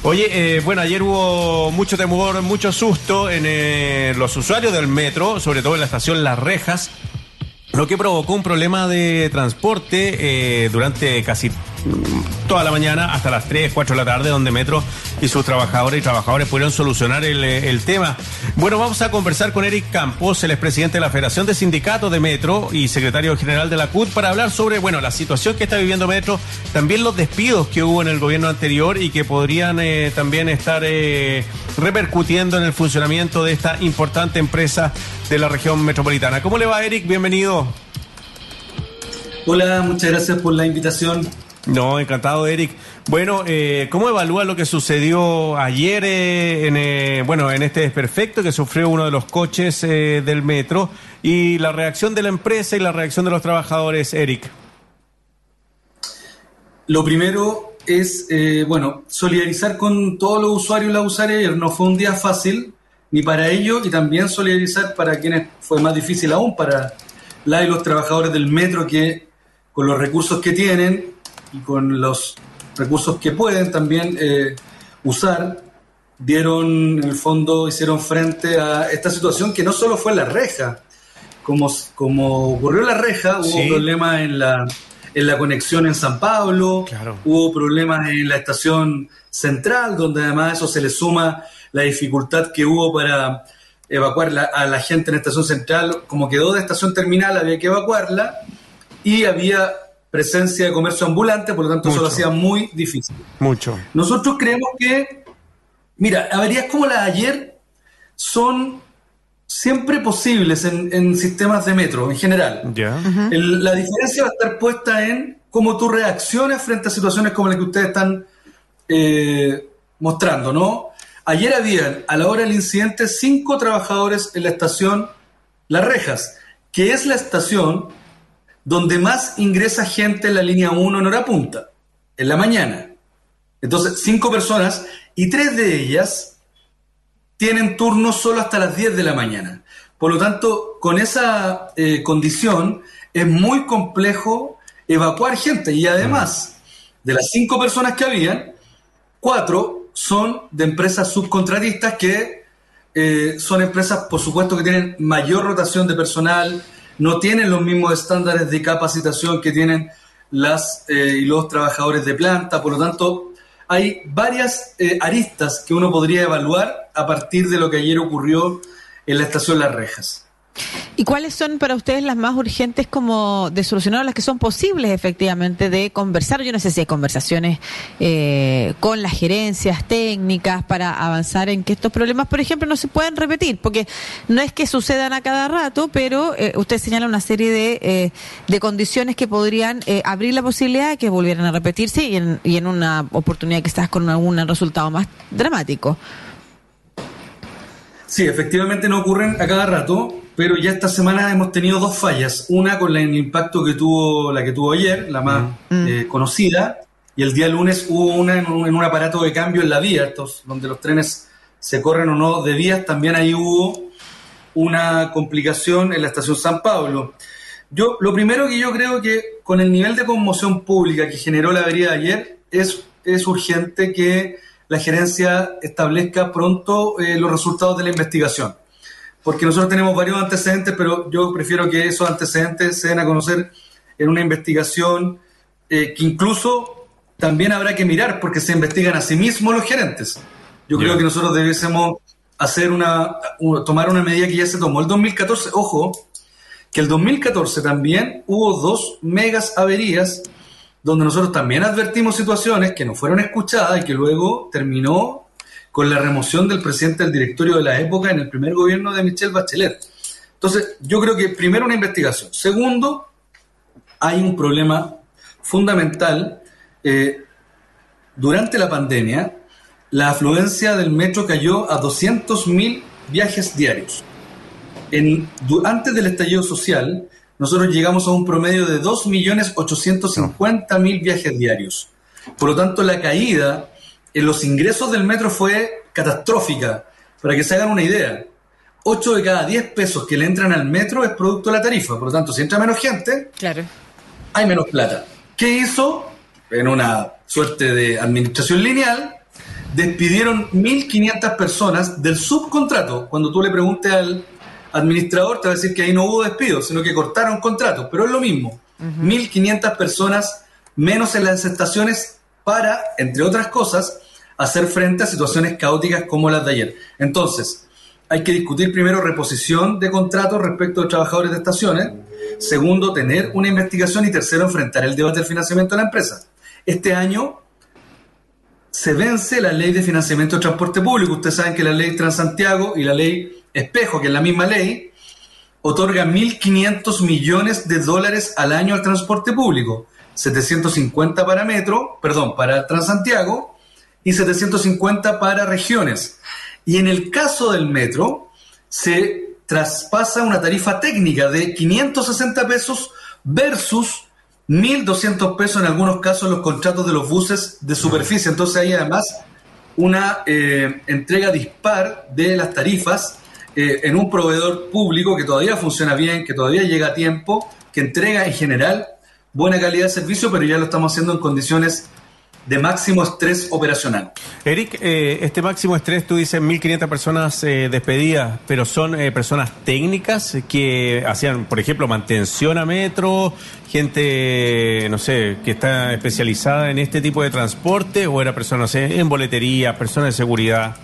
Oye, bueno, ayer hubo mucho temor, mucho susto en los usuarios del metro, sobre todo en la estación Las Rejas, lo que provocó un problema de transporte durante casi toda la mañana hasta las 3, 4 de la tarde, donde Metro y sus trabajadores y trabajadoras pudieron solucionar el tema. Bueno, vamos a conversar con Eric Campos, el expresidente de la Federación de Sindicatos de Metro y secretario general de la CUT, para hablar sobre, bueno, la situación que está viviendo Metro, también los despidos que hubo en el gobierno anterior y que podrían también estar repercutiendo en el funcionamiento de esta importante empresa de la región metropolitana. ¿Cómo le va, Eric? Bienvenido. Hola, muchas gracias por la invitación. No, encantado, Eric. Bueno, ¿cómo evalúa lo que sucedió ayer en este desperfecto que sufrió uno de los coches del metro y la reacción de la empresa y la reacción de los trabajadores, Eric? Lo primero es, solidarizar con todos los usuarios y las usuarias. No fue un día fácil, ni para ellos, y también solidarizar para quienes fue más difícil aún, para la y los trabajadores del metro, que con los recursos que tienen y con los recursos que pueden también usar, hicieron frente a esta situación que no solo fue en La Reja. Como ocurrió en La Reja, hubo problemas en la conexión en San Pablo, claro. Hubo problemas en la estación central, donde además eso se le suma la dificultad que hubo para evacuar a la gente en la estación central. Como quedó de estación terminal, había que evacuarla, y había presencia de comercio ambulante, por lo tanto eso lo hacía muy difícil. Mucho. Nosotros creemos que, averías como la de ayer son siempre posibles en sistemas de metro, en general. Yeah. Uh-huh. La diferencia va a estar puesta en cómo tú reaccionas frente a situaciones como la que ustedes están mostrando, ¿no? Ayer habían, a la hora del incidente, 5 trabajadores en la estación Las Rejas, que es la estación donde más ingresa gente en la línea 1 en hora punta, en la mañana. Entonces, 5 personas, y 3 de ellas tienen turno solo hasta las 10 de la mañana. Por lo tanto, con esa condición, es muy complejo evacuar gente. Y además, de las 5 personas que habían, 4 son de empresas subcontratistas que son empresas, por supuesto, que tienen mayor rotación de personal, no tienen los mismos estándares de capacitación que tienen las y los trabajadores de planta. Por lo tanto, hay varias aristas que uno podría evaluar a partir de lo que ayer ocurrió en la estación Las Rejas. ¿Y cuáles son para ustedes las más urgentes como de solucionar, las que son posibles efectivamente de conversar? Yo no sé si hay conversaciones con las gerencias técnicas para avanzar en que estos problemas, por ejemplo, no se puedan repetir, porque no es que sucedan a cada rato, pero usted señala una serie de condiciones que podrían abrir la posibilidad de que volvieran a repetirse y en una oportunidad quizás con algún resultado más dramático. Sí, efectivamente no ocurren a cada rato, pero ya esta semana hemos tenido 2 fallas. Una con el impacto que tuvo la que tuvo ayer, la más conocida, y el día lunes hubo una en un aparato de cambio en la vía, donde los trenes se corren o no de vías. También ahí hubo una complicación en la estación San Pablo. Lo primero que yo creo que con el nivel de conmoción pública que generó la avería de ayer, es urgente que la gerencia establezca pronto los resultados de la investigación. Porque nosotros tenemos varios antecedentes, pero yo prefiero que esos antecedentes se den a conocer en una investigación que incluso también habrá que mirar, porque se investigan a sí mismos los gerentes. Yo creo que nosotros debiésemos tomar una medida que ya se tomó el 2014. Ojo, que el 2014 también hubo 2 megas averías donde nosotros también advertimos situaciones que no fueron escuchadas y que luego terminó con la remoción del presidente del directorio de la época en el primer gobierno de Michelle Bachelet. Entonces, yo creo que primero una investigación. Segundo, hay un problema fundamental. Durante la pandemia, la afluencia del metro cayó a 200.000 viajes diarios. Antes del estallido social, nosotros llegamos a un promedio de 2.850.000 viajes diarios. Por lo tanto, la caída en los ingresos del metro fue catastrófica. Para que se hagan una idea, 8 de cada 10 pesos que le entran al metro es producto de la tarifa. Por lo tanto, si entra menos gente, claro, hay menos plata. ¿Qué hizo? En una suerte de administración lineal, despidieron 1.500 personas del subcontrato. Cuando tú le preguntes al administrador, te va a decir que ahí no hubo despidos, sino que cortaron contratos, pero es lo mismo. 1.500 personas menos en las estaciones para, entre otras cosas, hacer frente a situaciones caóticas como las de ayer. Entonces, hay que discutir primero reposición de contratos respecto de trabajadores de estaciones. Segundo, tener una investigación. Y tercero, enfrentar el debate del financiamiento de la empresa. Este año se vence la ley de financiamiento de transporte público. Ustedes saben que la ley Transantiago y la ley Espejo, que es la misma ley, otorga $1.500 millones al año al transporte público. 750 para Transantiago y 750 para regiones. Y en el caso del metro, se traspasa una tarifa técnica de 560 pesos versus 1.200 pesos en algunos casos en los contratos de los buses de superficie. Entonces hay además una entrega dispar de las tarifas en un proveedor público que todavía funciona bien, que todavía llega a tiempo, que entrega en general buena calidad de servicio, pero ya lo estamos haciendo en condiciones de máximo estrés operacional. Eric, este máximo estrés, tú dices 1.500 personas despedidas, pero son personas técnicas que hacían, por ejemplo, mantención a metro, gente, no sé, que está especializada en este tipo de transporte, o era personas, no sé, en boletería, personas de seguridad.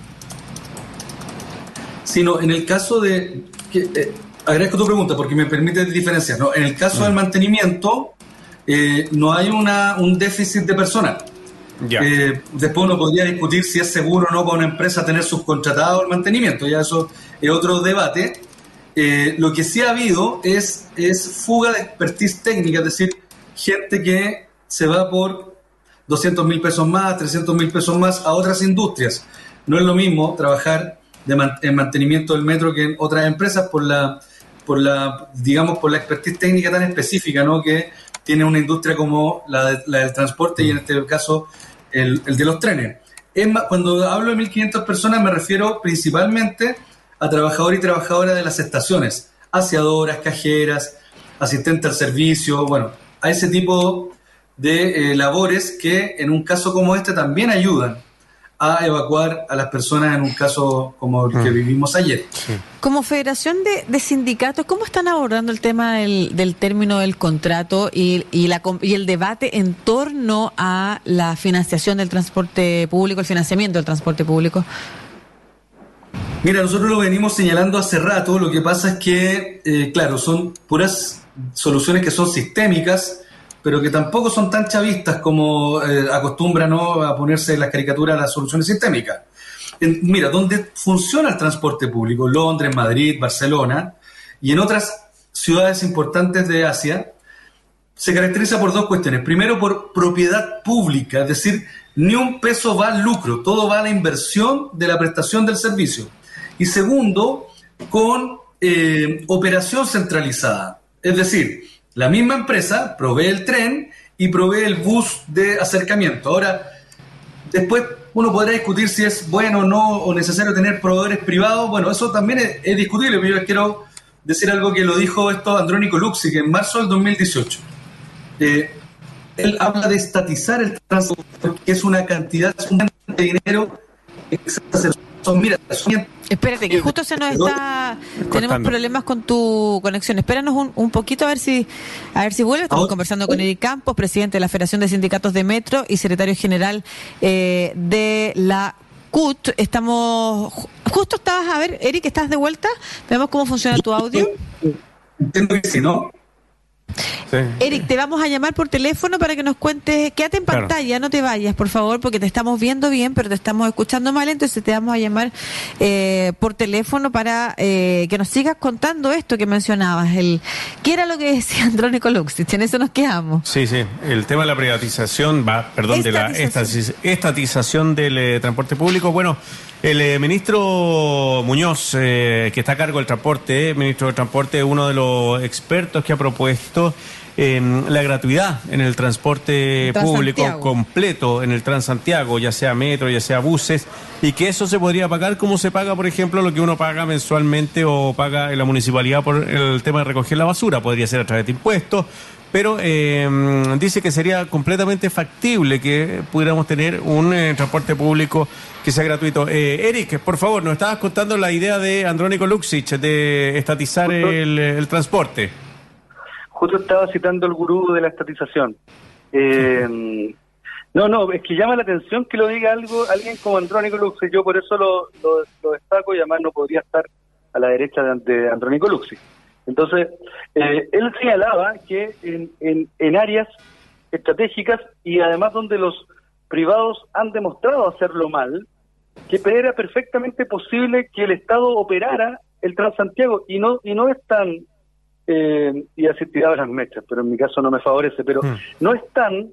Sino en el caso de... agradezco tu pregunta porque me permite diferenciar, ¿no? En el caso del mantenimiento, no hay un déficit de personal. Después uno podría discutir si es seguro o no para una empresa tener subcontratado el mantenimiento, ya eso es otro debate. Lo que sí ha habido es fuga de expertise técnica, es decir, gente que se va por 200.000 pesos más, 300.000 pesos más a otras industrias. No es lo mismo trabajar en mantenimiento del metro que en otras empresas por la expertise técnica tan específica, ¿no?, que tiene una industria como la del transporte y en este caso el de los trenes. Cuando hablo de 1.500 personas me refiero principalmente a trabajadores y trabajadoras de las estaciones, aseadoras, cajeras, asistentes al servicio, bueno, a ese tipo de labores que en un caso como este también ayudan a evacuar a las personas en un caso como el que vivimos ayer. Sí. Como Federación de Sindicatos, ¿cómo están abordando el tema del término del contrato y el debate en torno a la financiación del transporte público, el financiamiento del transporte público? Mira, nosotros lo venimos señalando hace rato. Lo que pasa es que, claro, son puras soluciones que son sistémicas, pero que tampoco son tan chavistas como acostumbran, ¿no?, a ponerse las caricaturas a las soluciones sistémicas. Mira, donde funciona el transporte público, Londres, Madrid, Barcelona y en otras ciudades importantes de Asia, se caracteriza por dos cuestiones. Primero, por propiedad pública, es decir, ni un peso va al lucro, todo va a la inversión de la prestación del servicio. Y segundo, con operación centralizada, es decir, la misma empresa provee el tren y provee el bus de acercamiento. Ahora, después uno podrá discutir si es bueno o no o necesario tener proveedores privados. Bueno, eso también es discutible, pero yo quiero decir algo que lo dijo Andrónico Luxi, que en marzo del 2018. Él habla de estatizar el transporte, porque es una cantidad de dinero que mira, espérate, que justo se nos está... Tenemos problemas con tu conexión. Espéranos un poquito a ver si vuelve. Estamos conversando con Eric Campos, presidente de la Federación de Sindicatos de Metro y secretario general de la CUT. Justo estabas, a ver, Eric, ¿estás de vuelta? Veamos cómo funciona tu audio. Entiendo que si no... Sí. Eric, te vamos a llamar por teléfono para que nos cuentes. Quédate en pantalla, no te vayas, por favor, porque te estamos viendo bien, pero te estamos escuchando mal, entonces te vamos a llamar por teléfono para que nos sigas contando esto que mencionabas. ¿Qué era lo que decía Andrónico Luxich? En eso nos quedamos. Sí, el tema de la privatización, de la estatización del transporte público. Bueno, el ministro Muñoz, que está a cargo del transporte, ministro del transporte, es uno de los expertos que ha propuesto la gratuidad en el transporte público completo en el Transantiago, ya sea metro, ya sea buses, y que eso se podría pagar como se paga, por ejemplo, lo que uno paga mensualmente o paga en la municipalidad por el tema de recoger la basura. Podría ser a través de impuestos, pero dice que sería completamente factible que pudiéramos tener un transporte público que sea gratuito. Eric, por favor, nos estabas contando la idea de Andrónico Luksic de estatizar el transporte. Justo estaba citando el gurú de la estatización. No, es que llama la atención que lo diga alguien como Andrónico Luksic. Yo por eso lo destaco, y además no podría estar a la derecha de Andrónico Luksic. Entonces, él señalaba que en áreas estratégicas y además donde los privados han demostrado hacerlo mal, que era perfectamente posible que el Estado operara el Transantiago, y no es tan, y así tiraba las mechas, pero en mi caso no me favorece, pero no es tan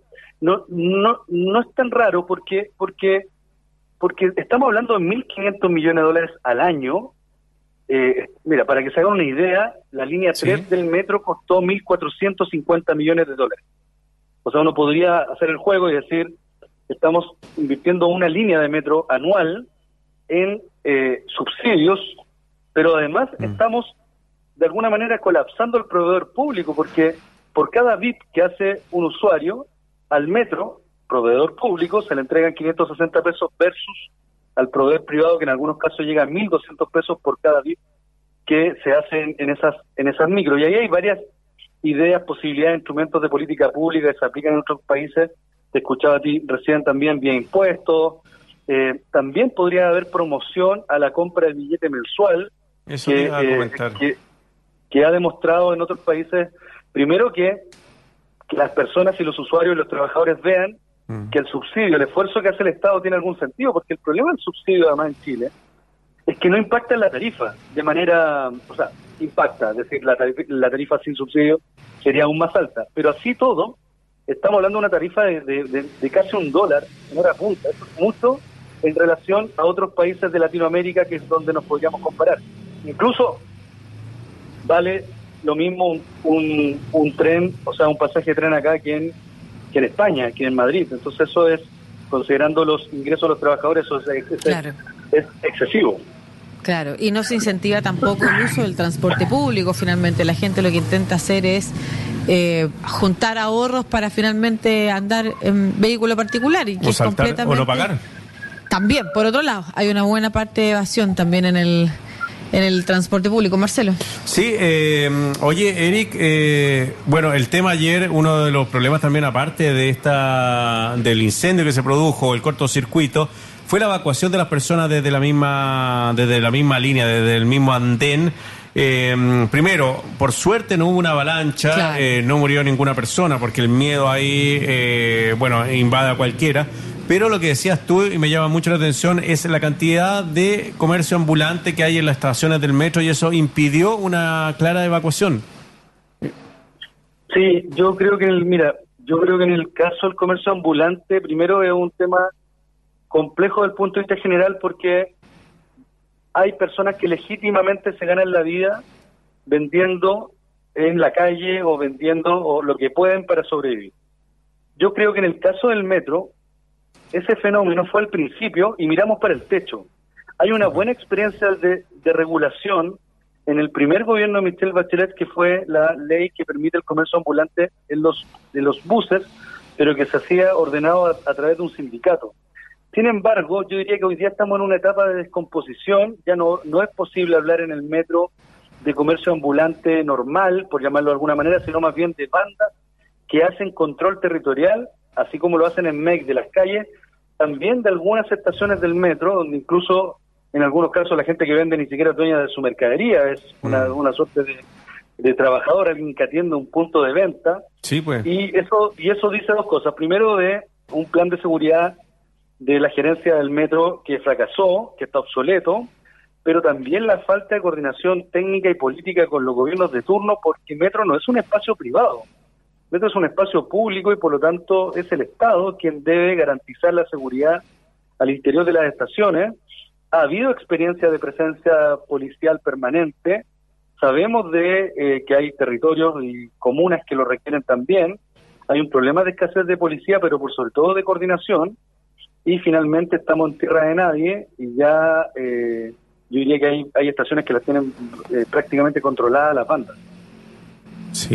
raro porque estamos hablando de 1.500 millones de dólares al año. Mira, para que se hagan una idea, la línea 3 del metro costó 1.450 millones de dólares. O sea, uno podría hacer el juego y decir, estamos invirtiendo una línea de metro anual en subsidios, pero además estamos de alguna manera colapsando el proveedor público, porque por cada bit que hace un usuario al metro, proveedor público, se le entregan 560 pesos versus al proveedor privado, que en algunos casos llega a 1.200 pesos por cada bit que se hacen en esas micro. Y ahí hay varias ideas, posibilidades, instrumentos de política pública que se aplican en otros países. Te escuchaba a ti recién también, vía impuestos. También podría haber promoción a la compra del billete mensual. Eso te iba a comentar. Que ha demostrado en otros países, primero que las personas y los usuarios y los trabajadores vean que el subsidio, el esfuerzo que hace el Estado tiene algún sentido, porque el problema del subsidio, además en Chile, es que no impacta en la tarifa de manera, o sea, impacta, es decir, la tarifa sin subsidio sería aún más alta, pero así todo, estamos hablando de una tarifa de casi $1 en hora punta. Eso es mucho en relación a otros países de Latinoamérica, que es donde nos podríamos comparar. Incluso vale lo mismo un tren, o sea, un pasaje de tren acá que en España, que en Madrid. Entonces eso es, considerando los ingresos de los trabajadores, eso es excesivo. Claro, y no se incentiva tampoco el uso del transporte público. Finalmente la gente lo que intenta hacer es juntar ahorros para finalmente andar en vehículo particular, y que o saltar, completamente, o no pagar. También, por otro lado, hay una buena parte de evasión también en el transporte público. Marcelo. Sí, oye, Eric, bueno, el tema ayer, uno de los problemas también, aparte de del incendio que se produjo, el cortocircuito, fue la evacuación de las personas desde la misma línea, desde el mismo andén. Primero, por suerte no hubo una avalancha, claro. No murió ninguna persona, porque el miedo ahí, invade a cualquiera. Pero lo que decías tú, y me llama mucho la atención, es la cantidad de comercio ambulante que hay en las estaciones del metro, y eso impidió una clara evacuación. Sí, yo creo que en el caso del comercio ambulante, primero es un tema complejo desde el punto de vista general, porque hay personas que legítimamente se ganan la vida vendiendo en la calle o vendiendo lo que pueden para sobrevivir. Yo creo que en el caso del metro, ese fenómeno fue al principio y miramos para el techo. Hay una buena experiencia de regulación en el primer gobierno de Michelle Bachelet, que fue la ley que permite el comercio ambulante en los buses, pero que se hacía ordenado a través de un sindicato. Sin embargo, yo diría que hoy día estamos en una etapa de descomposición. Ya no es posible hablar en el metro de comercio ambulante normal, por llamarlo de alguna manera, sino más bien de bandas que hacen control territorial, así como lo hacen en MEC de las calles, también de algunas estaciones del metro, donde incluso en algunos casos la gente que vende ni siquiera es dueña de su mercadería, es una suerte de trabajador, alguien que atiende un punto de venta. Sí, pues. Y eso dice dos cosas. Primero, de un plan de seguridad de la gerencia del metro que fracasó, que está obsoleto, pero también la falta de coordinación técnica y política con los gobiernos de turno, porque Metro no es un espacio privado. Metro es un espacio público y por lo tanto es el Estado quien debe garantizar la seguridad al interior de las estaciones. Ha habido experiencia de presencia policial permanente, sabemos de que hay territorios y comunas que lo requieren también, hay un problema de escasez de policía, pero por sobre todo de coordinación, y finalmente estamos en tierra de nadie y ya yo diría que hay estaciones que las tienen prácticamente controladas las bandas. Sí.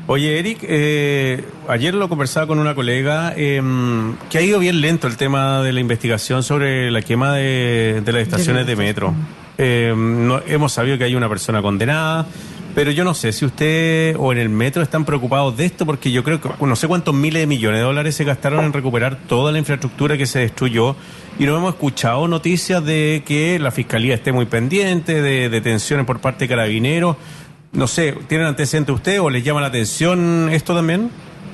Oye, Eric, ayer lo conversaba con una colega que ha ido bien lento el tema de la investigación sobre la quema de las estaciones de metro. Hemos sabido que hay una persona condenada, pero yo no sé si usted o en el metro están preocupados de esto, porque yo creo que no sé cuántos miles de millones de dólares se gastaron en recuperar toda la infraestructura que se destruyó, y no hemos escuchado noticias de que la Fiscalía esté muy pendiente de detenciones por parte de Carabineros. No sé, ¿tienen antecedentes ustedes o les llama la atención esto también?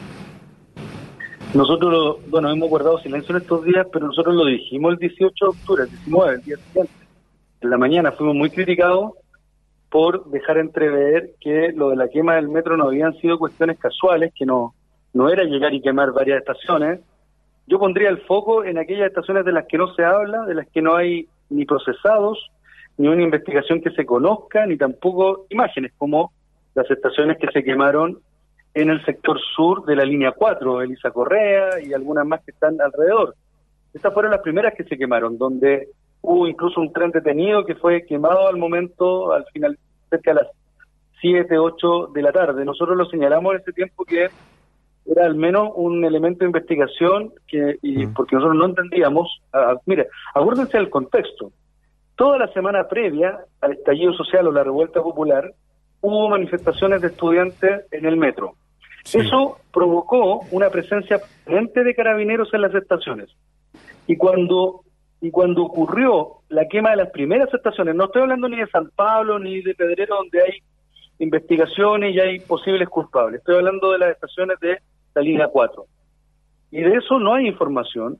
Nosotros, hemos guardado silencio en estos días, pero nosotros lo dijimos el 18 de octubre, el 19, el día siguiente. En la mañana fuimos muy criticados por dejar entrever que lo de la quema del metro no habían sido cuestiones casuales, que no era llegar y quemar varias estaciones. Yo pondría el foco en aquellas estaciones de las que no se habla, de las que no hay ni procesados, ni una investigación que se conozca, ni tampoco imágenes, como las estaciones que se quemaron en el sector sur de la línea 4, Elisa Correa y algunas más que están alrededor. Estas fueron las primeras que se quemaron, donde hubo incluso un tren detenido que fue quemado al momento, al final, cerca de las 7, 8 de la tarde. Nosotros lo señalamos en ese tiempo que era al menos un elemento de investigación, porque nosotros no entendíamos. Mire, acuérdense del contexto. Toda la semana previa al estallido social o la revuelta popular, hubo manifestaciones de estudiantes en el metro. Sí. Eso provocó una presencia permanente de carabineros en las estaciones. Y cuando ocurrió la quema de las primeras estaciones, no estoy hablando ni de San Pablo ni de Pedrero, donde hay investigaciones y hay posibles culpables, estoy hablando de las estaciones de la línea 4. Y de eso no hay información.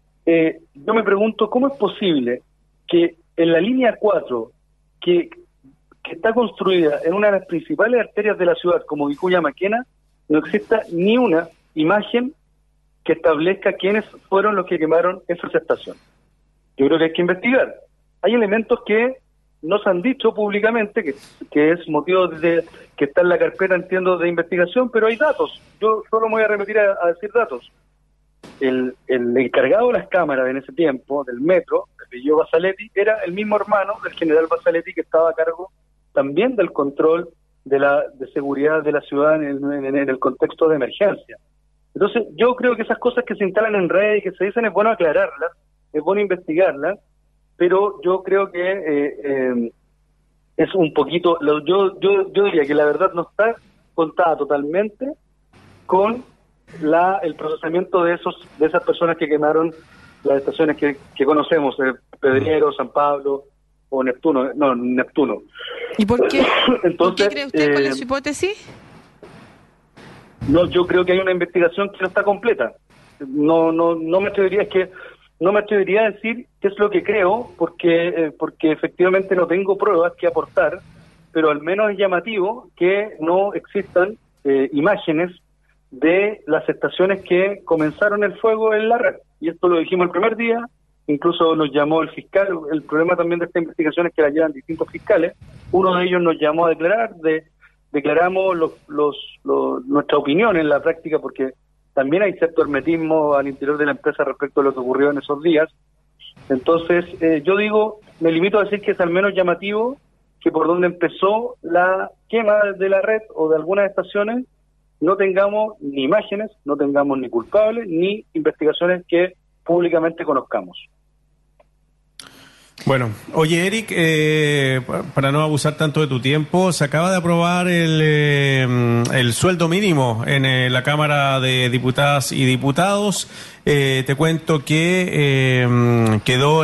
Yo me pregunto, ¿cómo es posible que en la línea 4, que está construida en una de las principales arterias de la ciudad, como Vicuña Maquena, no exista ni una imagen que establezca quiénes fueron los que quemaron esas estaciones? Yo creo que hay que investigar. Hay elementos que no se han dicho públicamente, que es motivo de que está en la carpeta, entiendo, de investigación, pero hay datos. Yo solo me voy a remitir a decir datos. El encargado de las cámaras en ese tiempo, del metro, el apellido Basaletti, era el mismo hermano del general Basaletti, que estaba a cargo también del control de seguridad de la ciudad en el contexto de emergencia. Entonces, yo creo que esas cosas que se instalan en redes y que se dicen es bueno aclararlas, es bueno investigarlas, pero yo creo que es un poquito, yo diría que la verdad no está contada totalmente con el procesamiento de esas personas que quemaron las estaciones que conocemos, Pedrero, San Pablo o Neptuno. ¿Y por qué? Entonces, ¿por qué cree usted? ¿Cuál es su hipótesis? No, yo creo que hay una investigación que no está completa. No me atrevería a decir qué es lo que creo, porque efectivamente no tengo pruebas que aportar, pero al menos es llamativo que no existan imágenes de las estaciones que comenzaron el fuego en la red. Y esto lo dijimos el primer día, incluso nos llamó el fiscal. El problema también de esta investigación es que la llevan distintos fiscales. Uno de ellos nos llamó a declarar, declaramos nuestra opinión en la práctica, porque también hay cierto hermetismo al interior de la empresa respecto a lo que ocurrió en esos días. Entonces, yo me limito a decir que es al menos llamativo que por donde empezó la quema de la red o de algunas estaciones no tengamos ni imágenes, no tengamos ni culpables, ni investigaciones que públicamente conozcamos. Bueno, oye Eric, para no abusar tanto de tu tiempo, se acaba de aprobar el sueldo mínimo en la Cámara de Diputadas y Diputados. Te cuento que quedó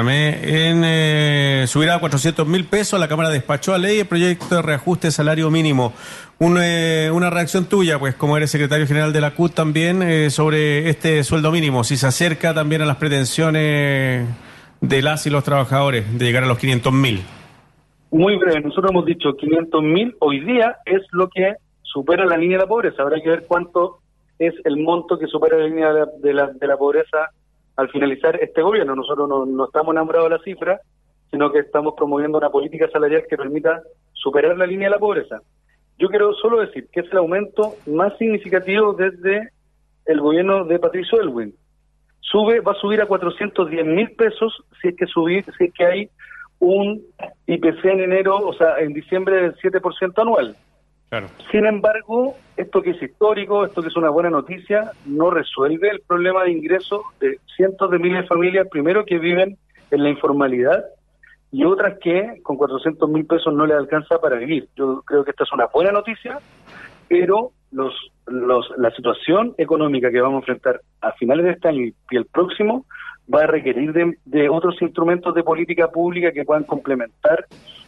subir a 400.000 pesos. La Cámara despachó a ley el proyecto de reajuste de salario mínimo. Una reacción tuya, pues como eres secretario general de la CUT también, sobre este sueldo mínimo, si se acerca también a las pretensiones de las y los trabajadores de llegar a los 500.000. Muy breve, nosotros hemos dicho 500.000 hoy día es lo que supera la línea de la pobreza. Habrá que ver cuánto es el monto que supera la línea de la pobreza al finalizar este gobierno. Nosotros no estamos enamorados de la cifra, sino que estamos promoviendo una política salarial que permita superar la línea de la pobreza. Yo quiero solo decir que es el aumento más significativo desde el gobierno de Patricio Aylwin. Va a subir a 410.000 pesos si es que hay un IPC en enero, o sea, en diciembre del 7% anual. Claro. Sin embargo, esto que es histórico, esto que es una buena noticia, no resuelve el problema de ingresos de cientos de miles de familias, primero que viven en la informalidad y otras que con 400.000 pesos no les alcanza para vivir. Yo creo que esta es una buena noticia, pero la situación económica que vamos a enfrentar a finales de este año y el próximo va a requerir de otros instrumentos de política pública que puedan complementar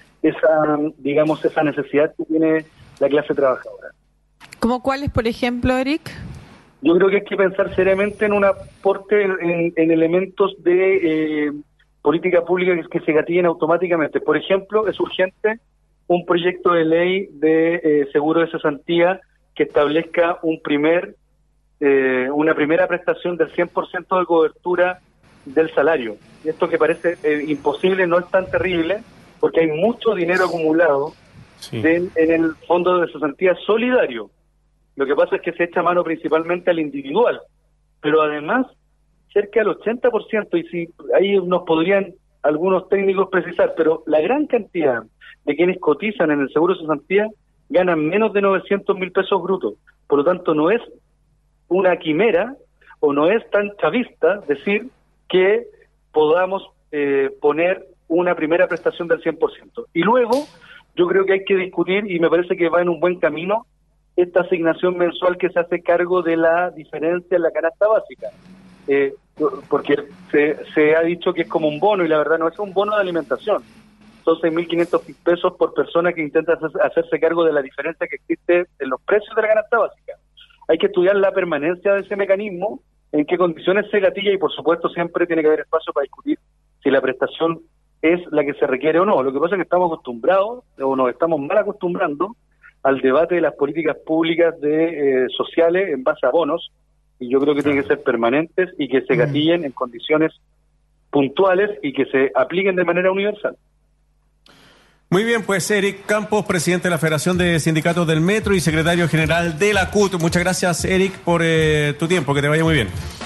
esa necesidad que tiene la clase trabajadora. ¿Cómo cuáles, por ejemplo, Eric? Yo creo que hay que pensar seriamente en un aporte en elementos de política pública que se gatillen automáticamente. Por ejemplo, es urgente un proyecto de ley de seguro de cesantía que establezca una primera prestación del 100% de cobertura del salario. Esto que parece imposible no es tan terrible, porque hay mucho dinero acumulado en el fondo de cesantía solidario. Lo que pasa es que se echa mano principalmente al individual, pero además cerca del 80%, y si ahí nos podrían algunos técnicos precisar, pero la gran cantidad de quienes cotizan en el seguro de cesantía ganan menos de 900.000 pesos brutos. Por lo tanto, no es una quimera o no es tan chavista decir que podamos poner una primera prestación del 100%. Y luego, yo creo que hay que discutir, y me parece que va en un buen camino, esta asignación mensual que se hace cargo de la diferencia en la canasta básica. Porque se ha dicho que es como un bono, y la verdad no es un bono de alimentación. Son 6.500 pesos por persona que intenta hacerse cargo de la diferencia que existe en los precios de la canasta básica. Hay que estudiar la permanencia de ese mecanismo, en qué condiciones se gatilla, y por supuesto siempre tiene que haber espacio para discutir si la prestación es la que se requiere o no. Lo que pasa es que estamos acostumbrados, o nos estamos mal acostumbrando, al debate de las políticas públicas sociales en base a bonos, y yo creo que tienen que ser permanentes y que se gatillen en condiciones puntuales y que se apliquen de manera universal. Muy bien, pues Eric Campos, presidente de la Federación de Sindicatos del Metro y secretario general de la CUT. Muchas gracias, Eric, por tu tiempo. Que te vaya muy bien.